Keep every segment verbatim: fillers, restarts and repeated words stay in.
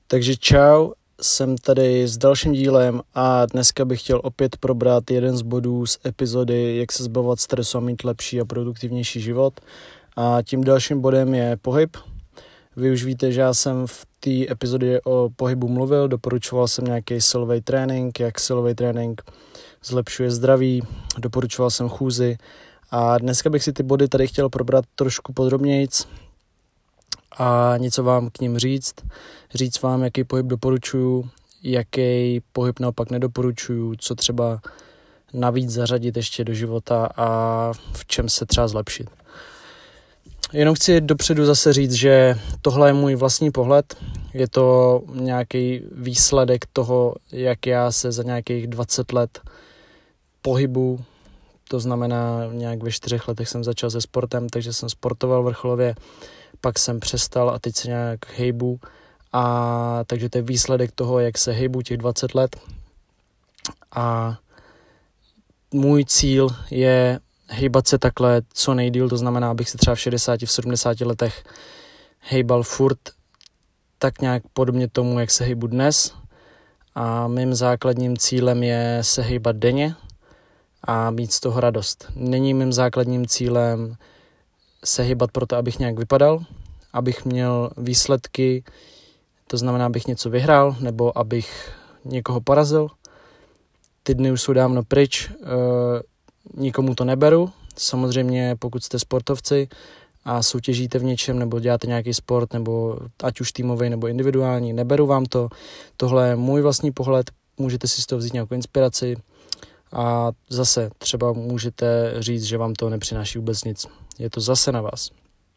Takže čau, jsem tady s dalším dílem a dneska bych chtěl opět probrat jeden z bodů z epizody Jak se zbavovat stresu a mít lepší a produktivnější život. A tím dalším bodem je pohyb. Vy už víte, že já jsem v té epizodě o pohybu mluvil, doporučoval jsem nějaký silový trénink, jak silový trénink zlepšuje zdraví, doporučoval jsem chůzi a dneska bych si ty body tady chtěl probrat trošku podrobnějc a něco vám k ním říct. Říct vám, jaký pohyb doporučuju, jaký pohyb naopak nedoporučuju, co třeba navíc zařadit ještě do života a v čem se třeba zlepšit. Jenom chci dopředu zase říct, že tohle je můj vlastní pohled. Je to nějaký výsledek toho, jak já se za nějakých dvacet let pohybu, to znamená nějak ve čtyřech letech jsem začal se sportem, takže jsem sportoval vrcholově, pak jsem přestal a teď se nějak hejbu. A takže to je výsledek toho, jak se hejbu těch dvacet let. A můj cíl je hejbat se takhle co nejdýl, to znamená, abych se třeba v šedesáti, v sedmdesáti letech hejbal furt tak nějak podobně tomu, jak se hejbu dnes. A mým základním cílem je se hejbat denně a mít z toho radost. Není mým základním cílem se hejbat proto, abych nějak vypadal, abych měl výsledky, to znamená, abych něco vyhrál, nebo abych někoho porazil. Ty dny už jsou dávno pryč, e, nikomu to neberu. Samozřejmě, pokud jste sportovci a soutěžíte v něčem, nebo děláte nějaký sport, nebo ať už týmový, nebo individuální, neberu vám to. Tohle je můj vlastní pohled, můžete si z toho vzít nějakou inspiraci a zase třeba můžete říct, že vám to nepřináší vůbec nic. Je to zase na vás.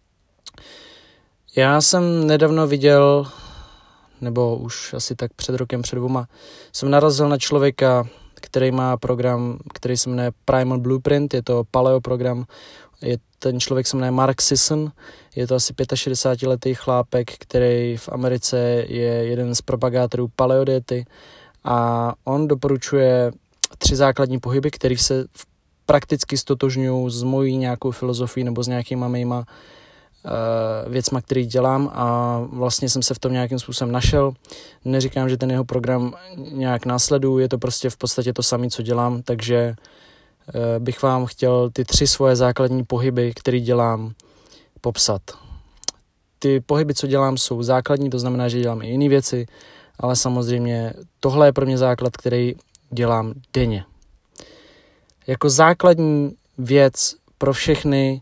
Já jsem nedávno viděl, nebo už asi tak před rokem, před dvoma, jsem narazil na člověka, který má program, který se jmenuje Primal Blueprint, je to paleo program, je, ten člověk se jmenuje Mark Sisson, je to asi šedesátiletý chlápek, který v Americe je jeden z propagátorů paleodiety a on doporučuje tři základní pohyby, které se prakticky stotožňují s mojí nějakou filozofií nebo s nějakýma mýma věcma, který dělám a vlastně jsem se v tom nějakým způsobem našel. Neříkám, že ten jeho program nějak následuju, je to prostě v podstatě to samé, co dělám, takže bych vám chtěl ty tři svoje základní pohyby, které dělám, popsat. Ty pohyby, co dělám, jsou základní, to znamená, že dělám i jiné věci, ale samozřejmě tohle je pro mě základ, který dělám denně. Jako základní věc pro všechny.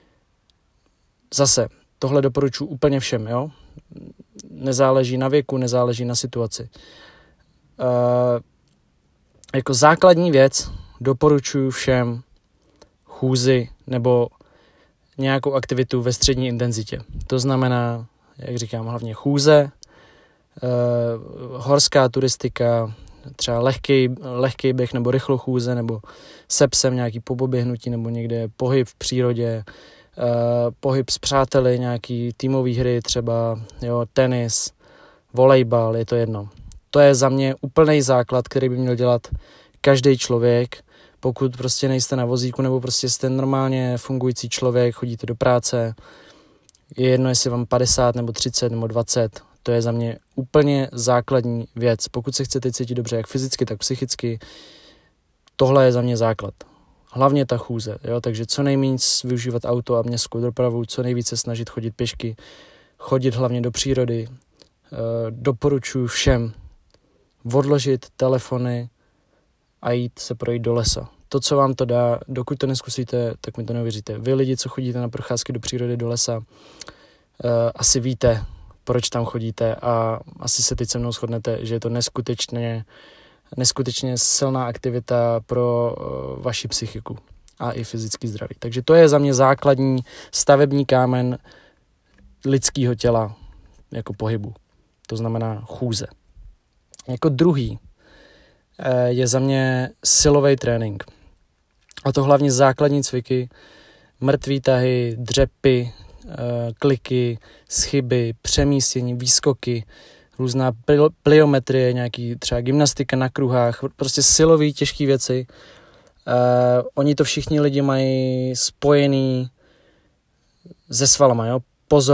Zase, tohle doporučuji úplně všem, jo? Nezáleží na věku, nezáleží na situaci. E, jako základní věc doporučuji všem chůzi nebo nějakou aktivitu ve střední intenzitě. To znamená, jak říkám, hlavně chůze, e, horská turistika, třeba lehký, lehký běh nebo rychlochůze, nebo se psem nějaký poběhnutí, nebo někde pohyb v přírodě, Uh, pohyb s přáteli, nějaký týmový hry, třeba jo, tenis, volejbal, je to jedno. To je za mě úplný základ, který by měl dělat každý člověk, pokud prostě nejste na vozíku, nebo prostě jste normálně fungující člověk, chodíte do práce, je jedno, jestli vám padesát, nebo třicet, nebo dvacet, to je za mě úplně základní věc. Pokud se chcete cítit dobře, jak fyzicky, tak psychicky, tohle je za mě základ. Hlavně ta chůze, jo? Takže co nejméně využívat auto a městskou dopravu, co nejvíce snažit chodit pěšky, chodit hlavně do přírody. E, doporučuji všem odložit telefony a jít se projít do lesa. To, co vám to dá, dokud to neskusíte, tak mi to neuvěříte. Vy lidi, co chodíte na procházky do přírody, do lesa, e, asi víte, proč tam chodíte a asi se teď se mnou shodnete, že je to neskutečně neskutečně silná aktivita pro uh, vaši psychiku a i fyzický zdraví. Takže to je za mě základní stavební kámen lidského těla jako pohybu. To znamená chůze. Jako druhý eh, je za mě silový trénink. A to hlavně základní cviky, mrtvý tahy, dřepy, eh, kliky, schyby, přemístění, výskoky, různá pliometrie, nějaký třeba gymnastika na kruhách, prostě silový, těžké věci. Uh, oni to všichni lidi mají spojený se svalama, jo. Pozor,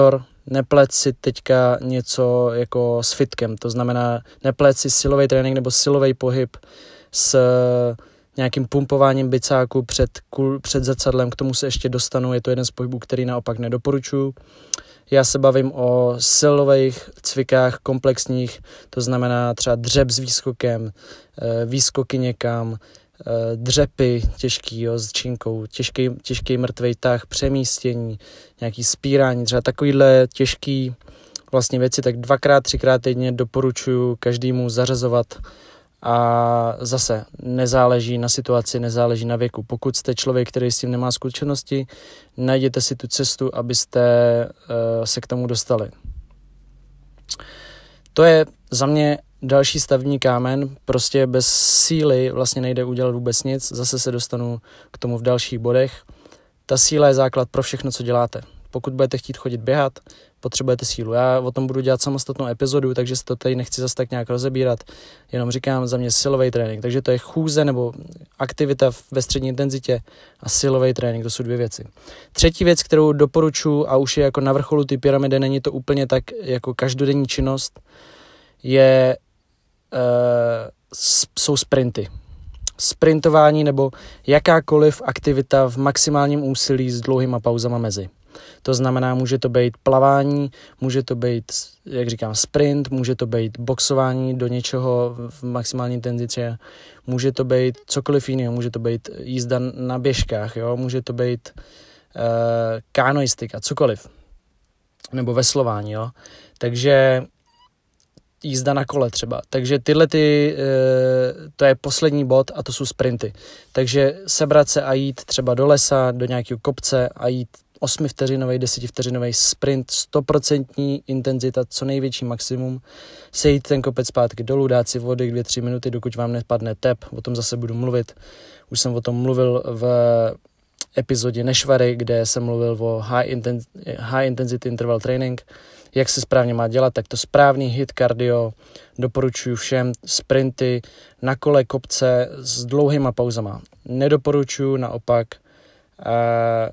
Neplet si teďka něco jako s fitkem, to znamená neplet si silový trénink nebo silový pohyb s nějakým pumpováním bicáku před, kul, před zrcadlem, k tomu se ještě dostanu, je to jeden z pohybů, který naopak nedoporučuji. Já se bavím o silových cvikách komplexních, to znamená třeba dřep s výskokem, výskoky někam, dřepy těžký, jo, s činkou, těžký, těžký mrtvej tah, přemístění, nějaký spírání, třeba takovýhle těžký vlastně věci, tak dvakrát, třikrát týdně doporučuji každému zařazovat. A zase nezáleží na situaci, nezáleží na věku. Pokud jste člověk, který s tím nemá zkušenosti, najděte si tu cestu, abyste uh, se k tomu dostali. To je za mě další stavební kámen. Prostě bez síly vlastně nejde udělat vůbec nic. Zase se dostanu k tomu v dalších bodech. Ta síla je základ pro všechno, co děláte. Pokud budete chtít chodit běhat, potřebujete sílu. Já o tom budu dělat samostatnou epizodu, takže se to tady nechci zase tak nějak rozebírat. Jenom říkám za mě silový trénink. Takže to je chůze nebo aktivita ve střední intenzitě a silový trénink. To jsou dvě věci. Třetí věc, kterou doporučuji a už je jako na vrcholu ty pyramidy, není to úplně tak jako každodenní činnost, je, uh, jsou sprinty. Sprintování nebo jakákoliv aktivita v maximálním úsilí s dlouhýma pauzama mezi. To znamená, může to být plavání, může to být, jak říkám, sprint, může to být boxování do něčeho v maximální intenzitě, může to být cokoliv jiného, může to být jízda na běžkách, jo? Může to být uh, kanoistika, cokoliv, nebo veslování, jo? Takže jízda na kole třeba. Takže tyhle ty, uh, to je poslední bod a to jsou sprinty. Takže sebrat se a jít třeba do lesa, do nějakého kopce a jít osmivteřinový, desetivteřinový sprint, stoprocentní intenzita, co největší maximum, sejít ten kopec zpátky dolů, dát si vody dvě, tři minuty, dokud vám nepadne tep, o tom zase budu mluvit. Už jsem o tom mluvil v epizodě Nešvary, kde jsem mluvil o high, intensi- high intensity interval training, jak se správně má dělat, tak to správný hit cardio doporučuji všem, sprinty na kole, kopce s dlouhýma pauzama. Nedoporučuji naopak uh,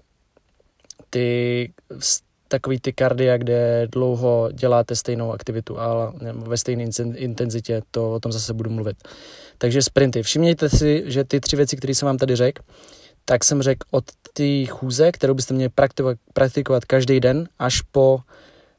ty takový ty kardia, kde dlouho děláte stejnou aktivitu, ale ve stejné intenzitě, to o tom zase budu mluvit. Takže sprinty. Všimněte si, že ty tři věci, které jsem vám tady řekl, tak jsem řekl od té chůze, kterou byste měli praktikovat, praktikovat každý den, až po uh,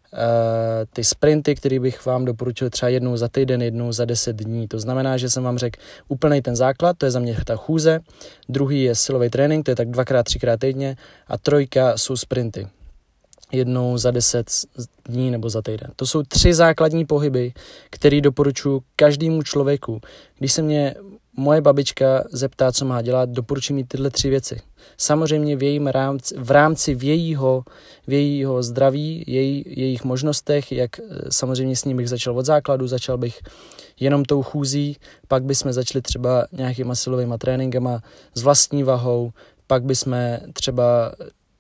ty sprinty, které bych vám doporučil třeba jednou za týden, jednou za deset dní. To znamená, že jsem vám řekl úplnej ten základ, to je za mě ta chůze, druhý je silový trénink, to je tak dvakrát, třikrát týdně a trojka jsou sprinty. Jednou za deset dní nebo za týden. To jsou tři základní pohyby, které doporučuji každému člověku. Když se mě moje babička zeptá, co má dělat, doporučuji mi tyhle tři věci. Samozřejmě v jejím rámci, v rámci v jejího, v jejího zdraví, jej, jejich možnostech, jak samozřejmě s ním bych začal od základu, začal bych jenom tou chůzí, pak bychom začali třeba nějakýma silovýma tréninkama s vlastní vahou, pak bychom třeba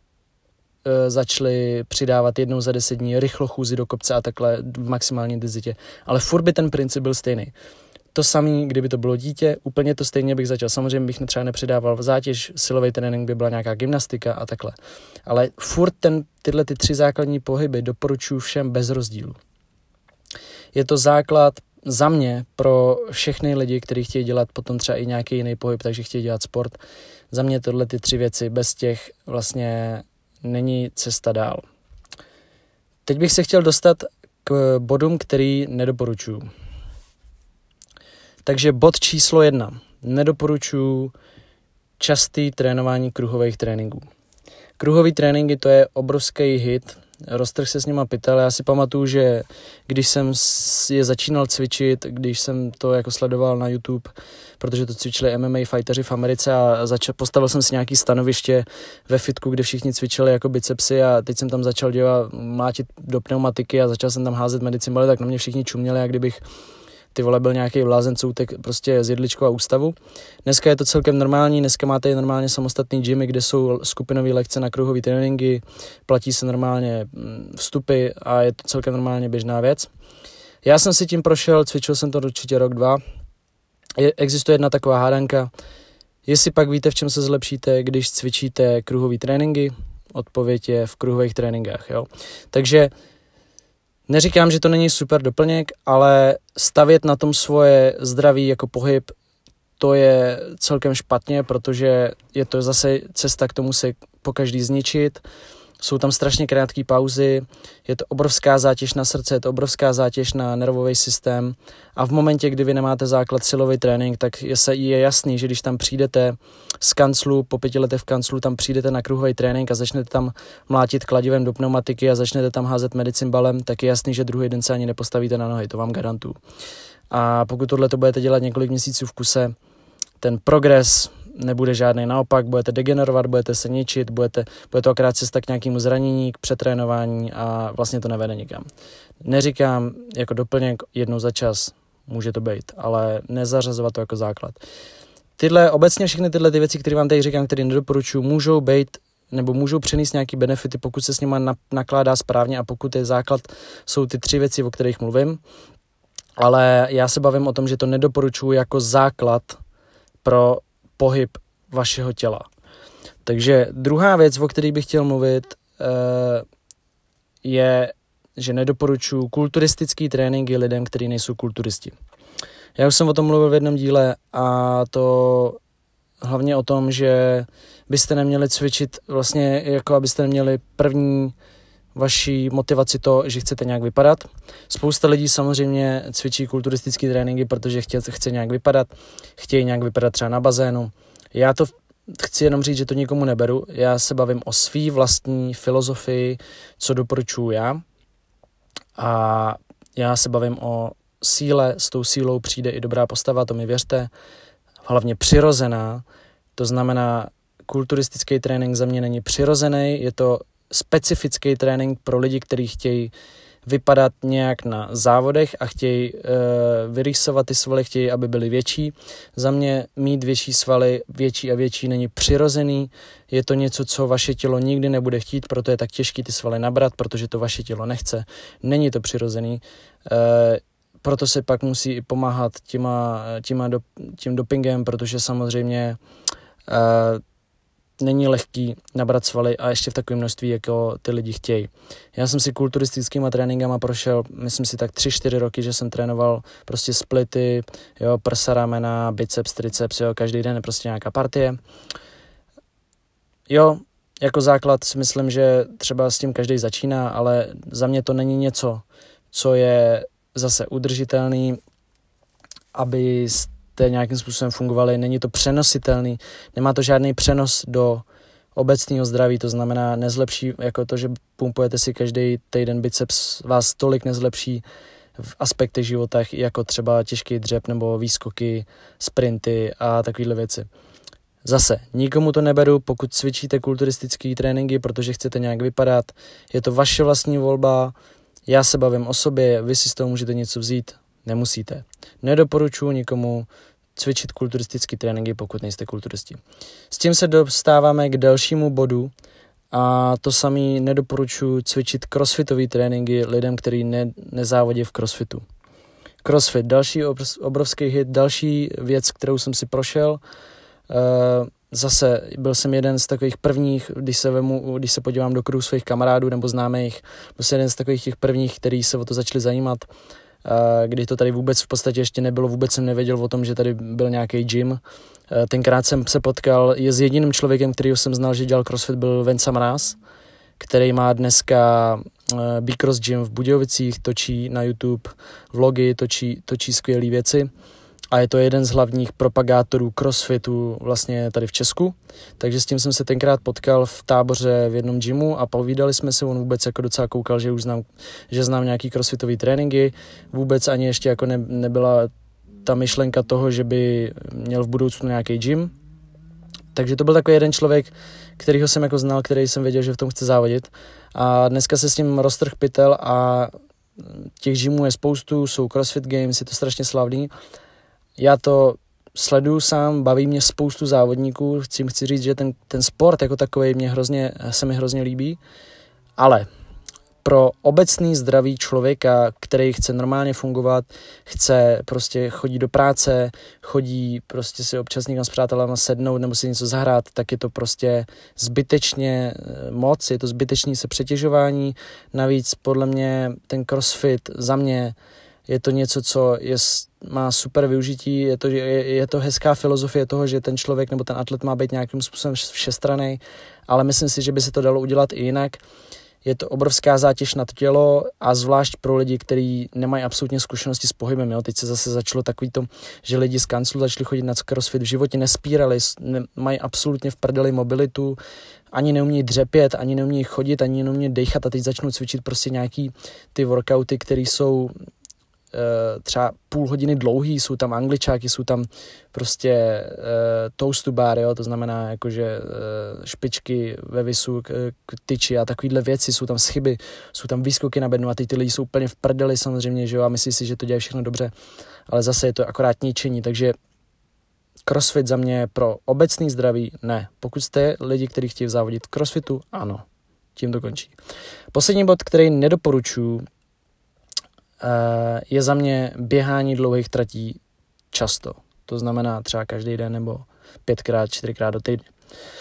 začali přidávat jednou za deset dní rychlo chůzi do kopce a takhle v maximální intenzitě. Ale furt by ten princip byl stejný. To samé, kdyby to bylo dítě, úplně to stejně bych začal. Samozřejmě bych třeba nepřidával v zátěž, silový trénink by byla nějaká gymnastika a takhle. Ale furt ten, tyhle ty tři základní pohyby doporučuji všem bez rozdílu. Je to základ za mě pro všechny lidi, kteří chtějí dělat potom třeba i nějaký jiný pohyb, takže chtějí dělat sport. Za mě tohle ty tři věci, bez těch vlastně není cesta dál. Teď bych se chtěl dostat k bodům, který nedoporučuji. Takže bod číslo jedna. Nedoporučuji častý trénování kruhových tréninků. Kruhový tréninky, to je obrovský hit. Roztrh se s nima pytel. Já si pamatuju, že když jsem je začínal cvičit, když jsem to jako sledoval na YouTube, protože to cvičili M M A fighteři v Americe a začal, postavil jsem si nějaký stanoviště ve fitku, kde všichni cvičili jako bicepsy a teď jsem tam začal dělat, mlátit do pneumatiky a začal jsem tam házet medicimbaly, tak na mě všichni čuměli, jak kdybych ty vole byl nějaký blázencoutek prostě z jedličkou a ústavu. Dneska je to celkem normální, dneska máte normálně samostatný gymy, kde jsou skupinové lekce na kruhové tréninky, platí se normálně vstupy a je to celkem normálně běžná věc. Já jsem si tím prošel, cvičil jsem to určitě rok, dva. Je, existuje jedna taková hádanka, jestli pak víte, v čem se zlepšíte, když cvičíte kruhové tréninky, odpověď je v kruhových tréninkách. Jo? Takže Neříkám, že to není super doplněk, ale stavět na tom svoje zdraví jako pohyb, to je celkem špatně, protože je to zase cesta k tomu se pokaždý zničit. Jsou tam strašně krátké pauzy, je to obrovská zátěž na srdce, je to obrovská zátěž na nervový systém a v momentě, kdy vy nemáte základ silový trénink, tak je, se, je jasný, že když tam přijdete z kanclu, po pěti letech v kanclu, tam přijdete na kruhový trénink a začnete tam mlátit kladivem do pneumatiky a začnete tam házet medicimbalem, tak je jasný, že druhý den se ani nepostavíte na nohy, to vám garantuju. A pokud tohle to budete dělat několik měsíců v kuse, ten progres nebude žádný, naopak budete degenerovat, budete se ničit, budete, bude to akorát cesta k nějakému zranění, k přetrénování a vlastně to nevede nikam. Neříkám jako doplněk jednou za čas, může to být, ale nezařazovat to jako základ. Tyhle, obecně všechny tyhle ty věci, které vám tady říkám, které nedoporučuji, můžou být nebo můžou přinést nějaký benefity, pokud se s nima na, nakládá správně a pokud je základ, jsou ty tři věci, o kterých mluvím, ale já se bavím o tom, že to nedoporučuji jako základ pro pohyb vašeho těla. Takže druhá věc, o které bych chtěl mluvit, je, že nedoporučuji kulturistický tréninky lidem, kteří nejsou kulturisti. Já už jsem o tom mluvil v jednom díle a to hlavně o tom, že byste neměli cvičit vlastně, jako abyste neměli první vaší motivaci to, že chcete nějak vypadat. Spousta lidí samozřejmě cvičí kulturistické tréninky, protože chce, chce nějak vypadat, chtějí nějak vypadat třeba na bazénu. Já to chci jenom říct, že to nikomu neberu. Já se bavím o svý vlastní filozofii, co doporučuji já. A já se bavím o síle, s tou sílou přijde i dobrá postava, to mi věřte. Hlavně přirozená, to znamená, kulturistický trénink za mě není přirozený, je to specifický trénink pro lidi, kteří chtějí vypadat nějak na závodech a chtějí e, vyrýsovat ty svaly, chtějí, aby byly větší. Za mě mít větší svaly, větší a větší není přirozený, je to něco, co vaše tělo nikdy nebude chtít, proto je tak těžký ty svaly nabrat, protože to vaše tělo nechce. Není to přirozený, e, proto se pak musí i pomáhat těma, těma do, tím dopingem, protože samozřejmě e, není lehký nabrat svaly a ještě v takovém množství, jako ty lidi chtějí. Já jsem si kulturistickýma tréninkama prošel, myslím si tak tři čtyři roky, že jsem trénoval prostě splity, jo, prsa, ramena, biceps, triceps, jo, každý den je prostě nějaká partie. Jo, jako základ si myslím, že třeba s tím každý začíná, ale za mě to není něco, co je zase udržitelný, aby nějakým způsobem fungovaly, není to přenositelný, nemá to žádný přenos do obecného zdraví, to znamená nezlepší, jako to, že pumpujete si každý týden biceps, vás tolik nezlepší v aspektech života, jako třeba těžký dřep nebo výskoky, sprinty a takovéhle věci. Zase, nikomu to neberu, pokud cvičíte kulturistické tréninky, protože chcete nějak vypadat, je to vaše vlastní volba, já se bavím o sobě, vy si z toho můžete něco vzít, nemusíte. Nedoporučuji nikomu cvičit kulturistické tréninky, pokud nejste kulturisti. S tím se dostáváme k dalšímu bodu a to samý nedoporučuji cvičit crossfitové tréninky lidem, kteří ne, nezávodí v crossfitu. Crossfit, další obrovský hit, další věc, kterou jsem si prošel. Zase byl jsem jeden z takových prvních, když se, vemu, když se podívám do kruhu svých kamarádů nebo známých, byl jsem jeden z takových těch prvních, kteří se o to začali zajímat, kdy to tady vůbec v podstatě ještě nebylo, vůbec jsem nevěděl o tom, že tady byl nějaký gym. Tenkrát jsem se potkal je s jediným člověkem, kterýho jsem znal, že dělal crossfit, byl Venca Mráz, který má dneska B-Cross Gym v Budějovicích, točí na YouTube vlogy, točí, točí skvělé věci a je to jeden z hlavních propagátorů crossfitu vlastně tady v Česku. Takže s tím jsem se tenkrát potkal v táboře v jednom gymu a povídali jsme se, on vůbec jako docela koukal, že už znám, že znám nějaký crossfitový tréninky, vůbec ani ještě jako ne, nebyla ta myšlenka toho, že by měl v budoucnu nějaký gym. Takže to byl takový jeden člověk, kterýho jsem jako znal, který jsem věděl, že v tom chce závodit. A dneska se s ním roztrh pytel a těch gymů je spoustu, jsou CrossFit Games, je to strašně slavný. Já to sleduju sám, baví mě spoustu závodníků, chci, chci říct, že ten, ten sport jako takový mě hrozně, se mi hrozně líbí, ale pro obecný zdravý člověka, který chce normálně fungovat, chce prostě chodit do práce, chodí prostě si občas někam s přátelama sednout nebo si něco zahrát, tak je to prostě zbytečně moc, je to zbytečný se přetěžování. Navíc podle mě ten crossfit za mě je to něco, co je, má super využití, je to, je, je to hezká filozofie toho, že ten člověk nebo ten atlet má být nějakým způsobem všestranný, ale myslím si, že by se to dalo udělat i jinak. Je to obrovská zátěž na to tělo a zvlášť pro lidi, kteří nemají absolutně zkušenosti s pohybem. Jo. Teď se zase začalo takový to, že lidi z kanclu začali chodit na crossfit, v životě nespírali, ne, mají absolutně v prdeli mobilitu, ani neumí dřepět, ani neumí chodit, ani neumí dejchat a teď začnou cvičit prostě nějaký ty workouty, které jsou třeba půl hodiny dlouhý, jsou tam angličáky, jsou tam prostě uh, toast to bar, jo, to znamená jakože uh, špičky ve visu, k, k tyči a takovýhle věci, jsou tam schyby, jsou tam výskoky na bednu a teď ty lidi jsou úplně v prdeli samozřejmě, že jo, a myslí si, že to dělají všechno dobře, ale zase je to akorát ničení, takže crossfit za mě pro obecný zdraví ne. Pokud jste lidi, kteří chtějí závodit v crossfitu, ano, tím to končí. Poslední bod, který nedoporučuji, je za mě běhání dlouhých tratí často. To znamená třeba každý den nebo pětkrát, čtyřikrát do týdne.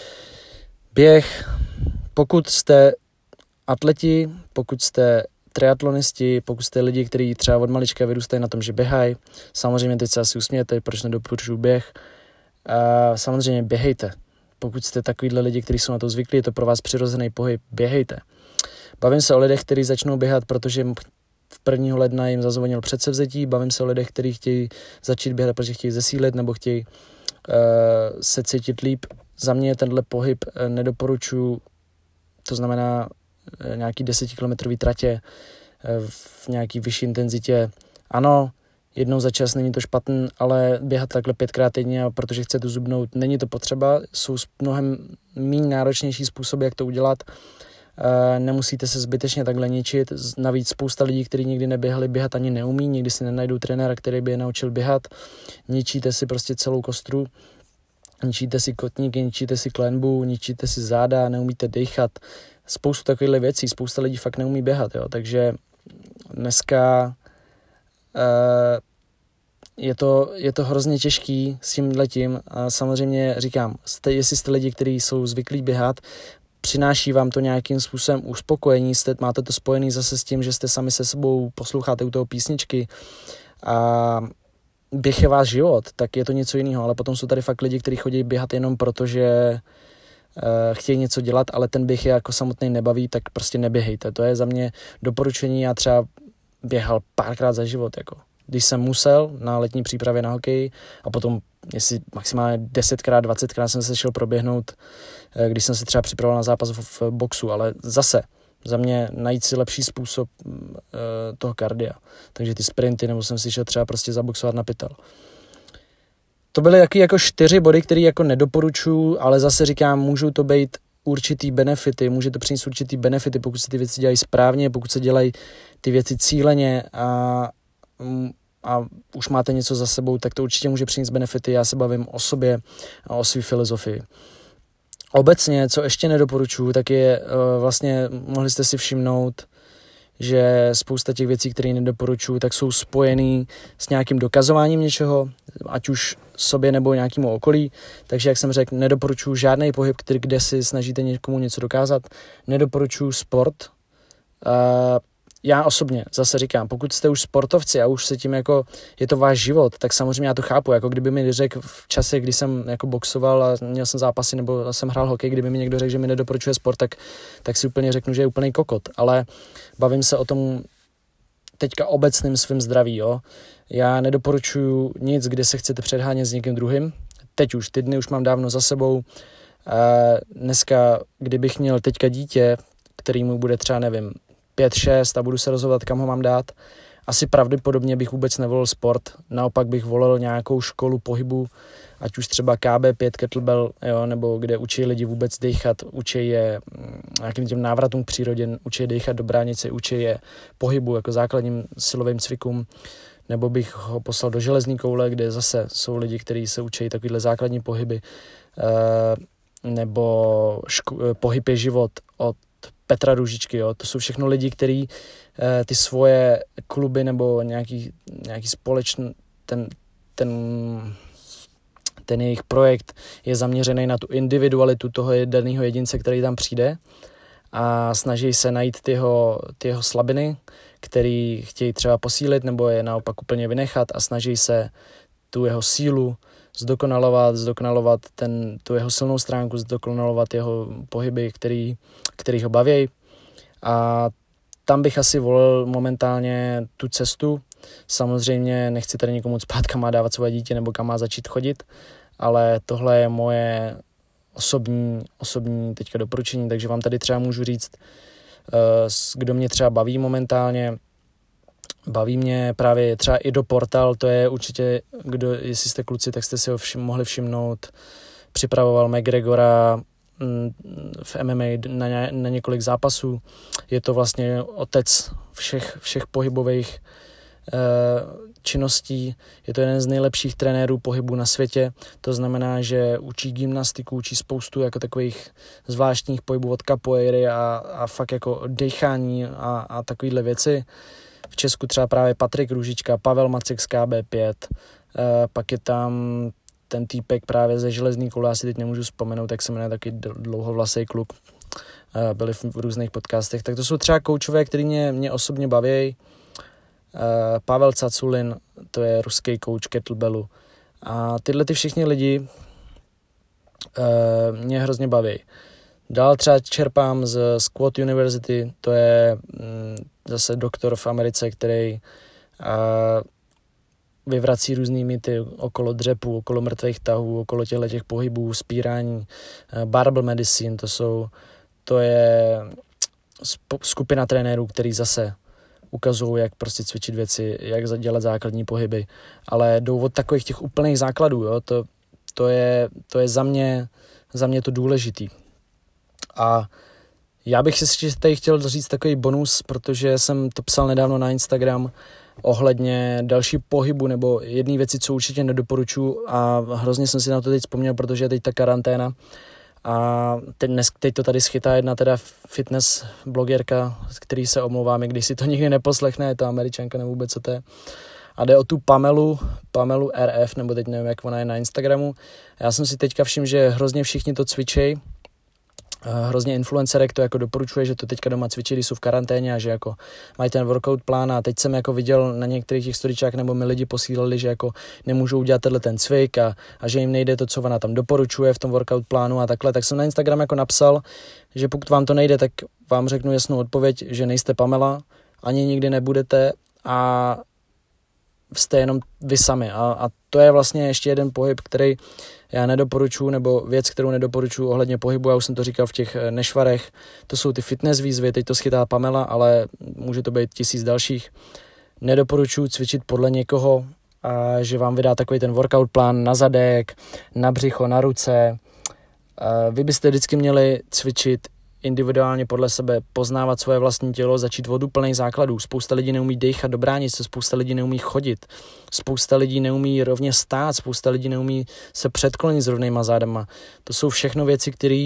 Běh, pokud jste atleti, pokud jste triatlonisti, pokud jste lidi, kteří třeba od malička vyrůstají na tom, že běhají, samozřejmě teď se asi usmějete, proč nedoporučuji běh. A samozřejmě běhejte. Pokud jste takovýhle lidi, kteří jsou na to zvyklí, je to pro vás přirozený pohyb, běhejte. Bavím se o lidech, kteří začnou běhat, protože v prvního ledna jim zazvonil předsevzetí, bavím se o lidech, kteří chtějí začít běhat, protože chtějí zesílit nebo chtějí uh, se cítit líp. Za mě tenhle pohyb uh, nedoporučuji, to znamená uh, nějaký desetikilometrový tratě uh, v nějaký vyšší intenzitě. Ano, jednou za čas není to špatný, ale běhat takhle pětkrát týdně, protože chcete zubnout, není to potřeba. Jsou mnohem méně náročnější způsoby, jak to udělat. Nemusíte se zbytečně takhle ničit. Navíc spousta lidí, kteří nikdy neběhali, běhat ani neumí, nikdy si nenajdou trenéra, který by je naučil běhat. Ničíte si prostě celou kostru, ničíte si kotníky, ničíte si klenbu, ničíte si záda, neumíte dejchat. Spoustu takovýchhle věcí, spousta lidí fakt neumí běhat, jo. Takže dneska uh, je to, je to hrozně těžký s tímhletím. A samozřejmě říkám, jste, jestli jste lidi, kteří jsou zvyklí běhat, přináší vám to nějakým způsobem uspokojení, jste, máte to spojený zase s tím, že jste sami se sebou, posloucháte u toho písničky a běh je váš život, tak je to něco jiného, ale potom jsou tady fakt lidi, kteří chodí běhat jenom proto, že uh, chtějí něco dělat, ale ten běh je jako samotný nebaví, tak prostě neběhejte. To je za mě doporučení, já třeba běhal párkrát za život, jako. Když jsem musel na letní přípravě na hokej a potom jestli maximálně desetkrát, dvacetkrát jsem se šel proběhnout, když jsem se třeba připravoval na zápas v boxu, ale zase za mě najít si lepší způsob uh, toho kardia. Takže ty sprinty, nebo jsem si šel třeba prostě zaboxovat na pytel. To byly jaký jako čtyři body, které jako nedoporučuju, ale zase říkám, můžou to být určitý benefity, může to přinést určitý benefity, pokud se ty věci dělají správně, pokud se dělají ty věci cíleně a a už máte něco za sebou, tak to určitě může přinést benefity. Já se bavím o sobě a o své filozofii. Obecně, co ještě nedoporučuji, tak je vlastně, mohli jste si všimnout, že spousta těch věcí, které nedoporučuji, tak jsou spojený s nějakým dokazováním něčeho, ať už sobě nebo nějakému okolí. Takže, jak jsem řekl, nedoporučuji žádný pohyb, který, kde si snažíte někomu něco dokázat. Nedoporučuji sport. Já osobně zase říkám, pokud jste už sportovci a už se tím jako, je to váš život, tak samozřejmě já to chápu, jako kdyby mi řekl v čase, kdy jsem jako boxoval a měl jsem zápasy nebo jsem hrál hokej, kdyby mi někdo řekl, že mi nedoporučuje sport, tak, tak si úplně řeknu, že je úplný kokot, ale bavím se o tom teďka obecným svým zdraví, jo. Já nedoporučuju nic, kde se chcete předhánět s někým druhým, teď už, ty dny už mám dávno za sebou, a dneska, kdybych měl teďka dítě, který mu bude třeba, nevím, pět šest a budu se rozhodovat, kam ho mám dát. Asi pravděpodobně bych vůbec nevolil sport, naopak bych volil nějakou školu pohybu, ať už třeba K B pět, kettlebell, jo, nebo kde učí lidi vůbec dýchat, učí je nějakým těm návratům k přírodě, učí je dýchat do bránice, učí je pohybu jako základním silovým cvikům, nebo bych ho poslal do železní koule, kde zase jsou lidi, kteří se učí takovýhle základní pohyby, nebo ško- pohyb je život od Petra Růžičky, jo. To jsou všechno lidi, kteří eh, ty svoje kluby nebo nějaký, nějaký společný, ten, ten, ten jejich projekt je zaměřený na tu individualitu toho daného jedince, který tam přijde a snaží se najít ty jeho, ty jeho slabiny, který chtějí třeba posílit nebo je naopak úplně vynechat a snaží se tu jeho sílu zdokonalovat, zdokonalovat ten, tu jeho silnou stránku, zdokonalovat jeho pohyby, který, který ho baví. A tam bych asi volil momentálně tu cestu. Samozřejmě nechci tady nikomu spát, kam má dávat svoje dítě nebo kam má začít chodit, ale tohle je moje osobní, osobní teďka doporučení, takže vám tady třeba můžu říct, kdo mě třeba baví momentálně. Baví mě právě třeba i do Portal, to je určitě, kdo, jestli jste kluci, tak jste si ho všim, mohli všimnout, připravoval McGregora v M M A na, na několik zápasů. Je to vlastně otec všech, všech pohybových eh, činností. Je to jeden z nejlepších trenérů pohybu na světě. To znamená, že učí gymnastiku, učí spoustu jako takových zvláštních pohybů od capoeiry a, a fakt jako dechání a, a takovýhle věci. V Česku třeba právě Patrik Růžička, Pavel Macek z K B pět, e, pak je tam ten týpek právě ze Železný koule, já si teď nemůžu vzpomenout, jak se jmenuje, taky dlouhovlasej kluk, e, byli v, v různých podcastech. Tak to jsou třeba koučové, který mě, mě osobně baví. E, Pavel Caculin, to je ruský kouč kettlebellu. A tyhle ty všichni lidi e, mě hrozně baví. Dál třeba čerpám z Squat University, to je mm, zase doktor v Americe, který a, vyvrací různý mýty okolo dřepů, okolo mrtvých tahů, okolo těchto těch pohybů, spírání. Barbell medicine, to jsou, to je skupina trenérů, který zase ukazují, jak prostě cvičit věci, jak dělat základní pohyby, ale jdou od takových těch úplných základů, jo? To, to, je, to je za mě, za mě to důležitý. A já bych si tady chtěl říct takový bonus, protože jsem to psal nedávno na Instagram ohledně další pohybu nebo jedné věci, co určitě nedoporučuji a hrozně jsem si na to teď vzpomněl, protože je teď ta karanténa a teď, dnes, teď to tady schytá jedna teda fitness blogerka, který se omlouváme, když si to nikdy neposlechne, je to Američanka nebo vůbec co to je. A jde o tu Pamelu, Pamelu R F, nebo teď nevím, jak ona je na Instagramu. Já jsem si teďka všiml, že hrozně všichni to cvičej. Hrozně influencerek to jako doporučuje, že to teďka doma cvičí, když jsou v karanténě a že jako mají ten workout plán a teď jsem jako viděl na některých těch storyčách nebo mi lidi posílali, že jako nemůžou udělat tenhle ten cvik a, a že jim nejde to, co ona tam doporučuje v tom workout plánu a takhle, tak jsem na Instagram jako napsal, že pokud vám to nejde, tak vám řeknu jasnou odpověď, že nejste Pamela, ani nikdy nebudete a jste jenom vy sami a, a to je vlastně ještě jeden pohyb, který já nedoporučuji, nebo věc, kterou nedoporučuji ohledně pohybu, já už jsem to říkal v těch nešvarech, to jsou ty fitness výzvy, teď to schytá Pamela, ale může to být tisíc dalších. Nedoporučuji cvičit podle někoho, a že vám vydá takový ten workout plán na zadek, na břicho, na ruce. A vy byste vždycky měli cvičit individuálně podle sebe, poznávat svoje vlastní tělo, začít od úplných základů. Spousta lidí neumí dejchat do bránice, spousta lidí neumí chodit, spousta lidí neumí rovně stát, spousta lidí neumí se předklonit s rovnýma zádama. To jsou všechno věci, které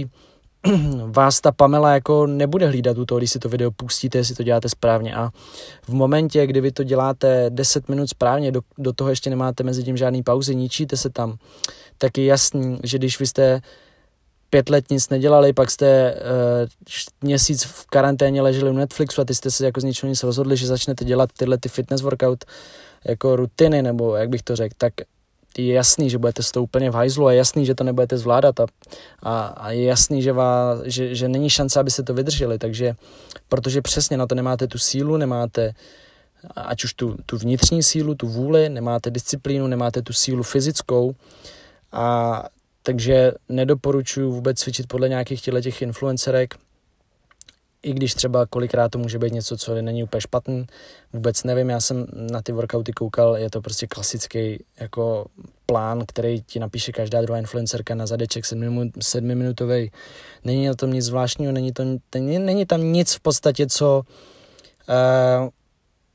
vás ta Pamela jako nebude hlídat u toho, když si to video pustíte, jestli to děláte správně. A v momentě, kdy vy to děláte deset minut správně, do, do toho ještě nemáte mezi tím žádný pauzy, ničíte se tam, tak je jasný, že když vy jste pět let nic nedělali, pak jste uh, měsíc v karanténě leželi u Netflixu a ty jste se jako z ničeho nic rozhodli, že začnete dělat tyhle ty fitness workout jako rutiny, nebo jak bych to řekl, tak je jasný, že budete s tou úplně v hajzlu a je jasný, že to nebudete zvládat a, a, a je jasný, že, vás, že, že není šance, aby se to vydrželi, takže protože přesně na to nemáte tu sílu, nemáte ať už tu, tu vnitřní sílu, tu vůli, nemáte disciplínu, nemáte tu sílu fyzickou a takže nedoporučuji vůbec cvičit podle nějakých těch influencerek, i když třeba kolikrát to může být něco, co není úplně špatný, vůbec nevím, já jsem na ty workouty koukal, je to prostě klasický jako plán, který ti napíše každá druhá influencerka na zadeček sedmiminutový. Není na tom nic zvláštního, není, to, není, není tam nic v podstatě, co, uh,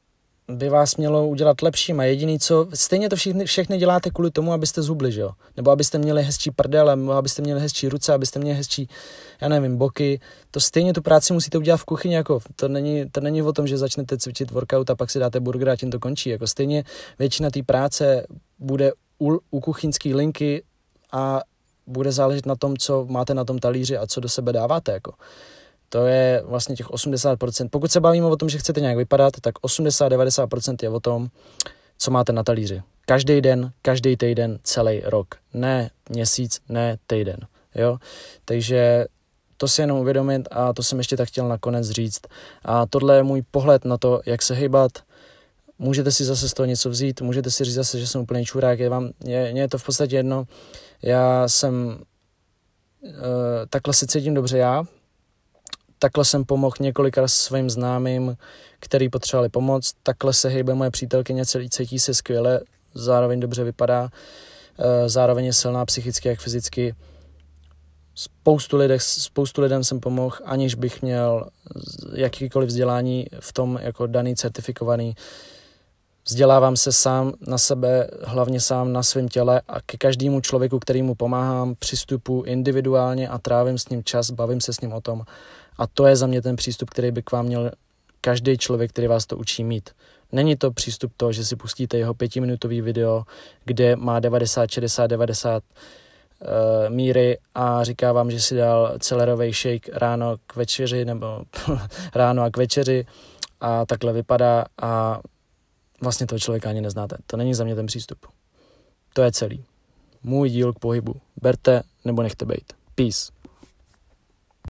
by vás mělo udělat lepším a jediný co, stejně to všechny, všechny děláte kvůli tomu, abyste zhubli, že jo? Nebo abyste měli hezčí prdel, nebo abyste měli hezčí ruce, abyste měli hezčí, já nevím, boky. To stejně tu práci musíte udělat v kuchyni, jako to není, to není o tom, že začnete cvičit workout a pak si dáte burger a tím to končí, jako stejně většina té práce bude u, u kuchyňské linky a bude záležet na tom, co máte na tom talíři a co do sebe dáváte, jako. To je vlastně těch osmdesát procent. Pokud se bavíme o tom, že chcete nějak vypadat, tak osmdesát až devadesát procent je o tom, co máte na talíři. Každý den, každý týden, celý rok. Ne měsíc, ne týden. Jo? Takže to si jenom uvědomit a to jsem ještě tak chtěl nakonec říct. A tohle je můj pohled na to, jak se hejbat. Můžete si zase z toho něco vzít, můžete si říct zase, že jsem úplný čurák. Je vám, je, je to v podstatě jedno. Já jsem, uh, takhle si cítím dobře já. Takhle jsem pomohl několika svým známým, který potřebovali pomoc. Takhle se hejbe moje přítelkyně, celý cítí se skvěle, zároveň dobře vypadá, zároveň je silná psychicky jak fyzicky. Spoustu, lidech, spoustu lidem jsem pomohl, aniž bych měl jakýkoliv vzdělání v tom jako daný certifikovaný. Vzdělávám se sám na sebe, hlavně sám na svém těle a ke každému člověku, kterýmu pomáhám, přistupuji individuálně a trávím s ním čas, bavím se s ním o tom. A to je za mě ten přístup, který by k vám měl každý člověk, který vás to učí mít. Není to přístup toho, že si pustíte jeho pětiminutový video, kde má devadesát, šedesát, devadesát uh, míry a říká vám, že si dal celerový shake ráno k večeři nebo ráno a k večeři a takhle vypadá a vlastně toho člověka ani neznáte. To není za mě ten přístup. To je celý. Můj díl k pohybu. Berte nebo nechte bejt. Peace.